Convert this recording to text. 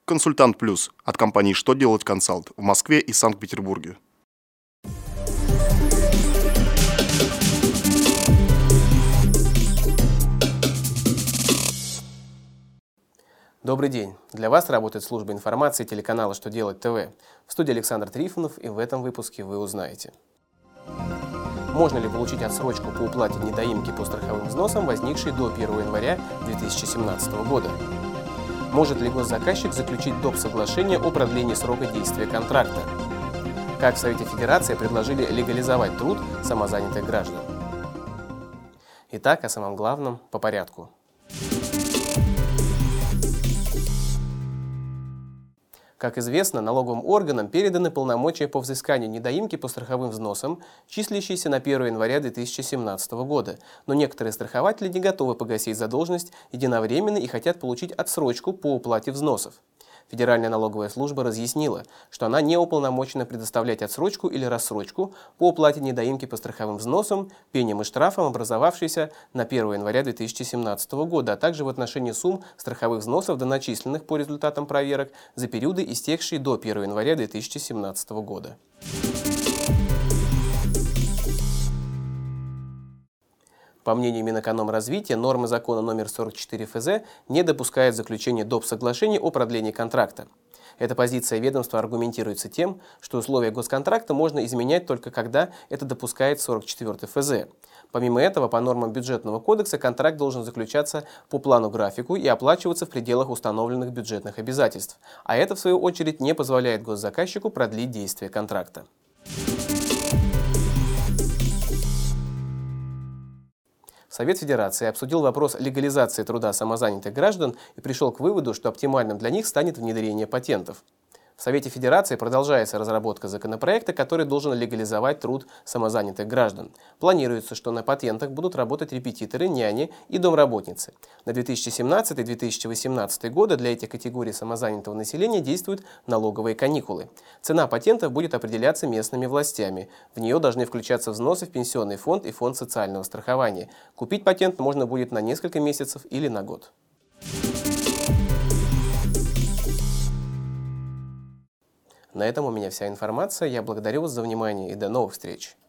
Консультант Плюс от компании «Что делать консалт» в Москве и Санкт-Петербурге. Добрый день! Для вас работает служба информации телеканала «Что делать ТВ». В студии Александр Трифонов, и в этом выпуске вы узнаете. Можно ли получить отсрочку по уплате недоимки по страховым взносам, возникшей до 1 января 2017 года? Может ли госзаказчик заключить доп. Соглашение о продлении срока действия контракта? Как в Совете Федерации предложили легализовать труд самозанятых граждан? Итак, о самом главном по порядку. Как известно, налоговым органам переданы полномочия по взысканию недоимки по страховым взносам, числящиеся на 1 января 2017 года, но некоторые страхователи не готовы погасить задолженность единовременно и хотят получить отсрочку по уплате взносов. Федеральная налоговая служба разъяснила, что она не уполномочена предоставлять отсрочку или рассрочку по уплате недоимки по страховым взносам, пеням и штрафам, образовавшиеся на 1 января 2017 года, а также в отношении сумм страховых взносов, доначисленных по результатам проверок за периоды, истекшие до 1 января 2017 года. По мнению Минэкономразвития, нормы закона номер 44 ФЗ не допускают заключения доп. Соглашений о продлении контракта. Эта позиция ведомства аргументируется тем, что условия госконтракта можно изменять только когда это допускает 44 ФЗ. Помимо этого, по нормам бюджетного кодекса контракт должен заключаться по плану-графику и оплачиваться в пределах установленных бюджетных обязательств, а это, в свою очередь, не позволяет госзаказчику продлить действие контракта. Совет Федерации обсудил вопрос легализации труда самозанятых граждан и пришел к выводу, что оптимальным для них станет внедрение патентов. В Совете Федерации продолжается разработка законопроекта, который должен легализовать труд самозанятых граждан. Планируется, что на патентах будут работать репетиторы, няни и домработницы. На 2017-2018 годы для этих категорий самозанятого населения действуют налоговые каникулы. Цена патентов будет определяться местными властями. В нее должны включаться взносы в пенсионный фонд и фонд социального страхования. Купить патент можно будет на несколько месяцев или на год. На этом у меня вся информация. Я благодарю вас за внимание и до новых встреч.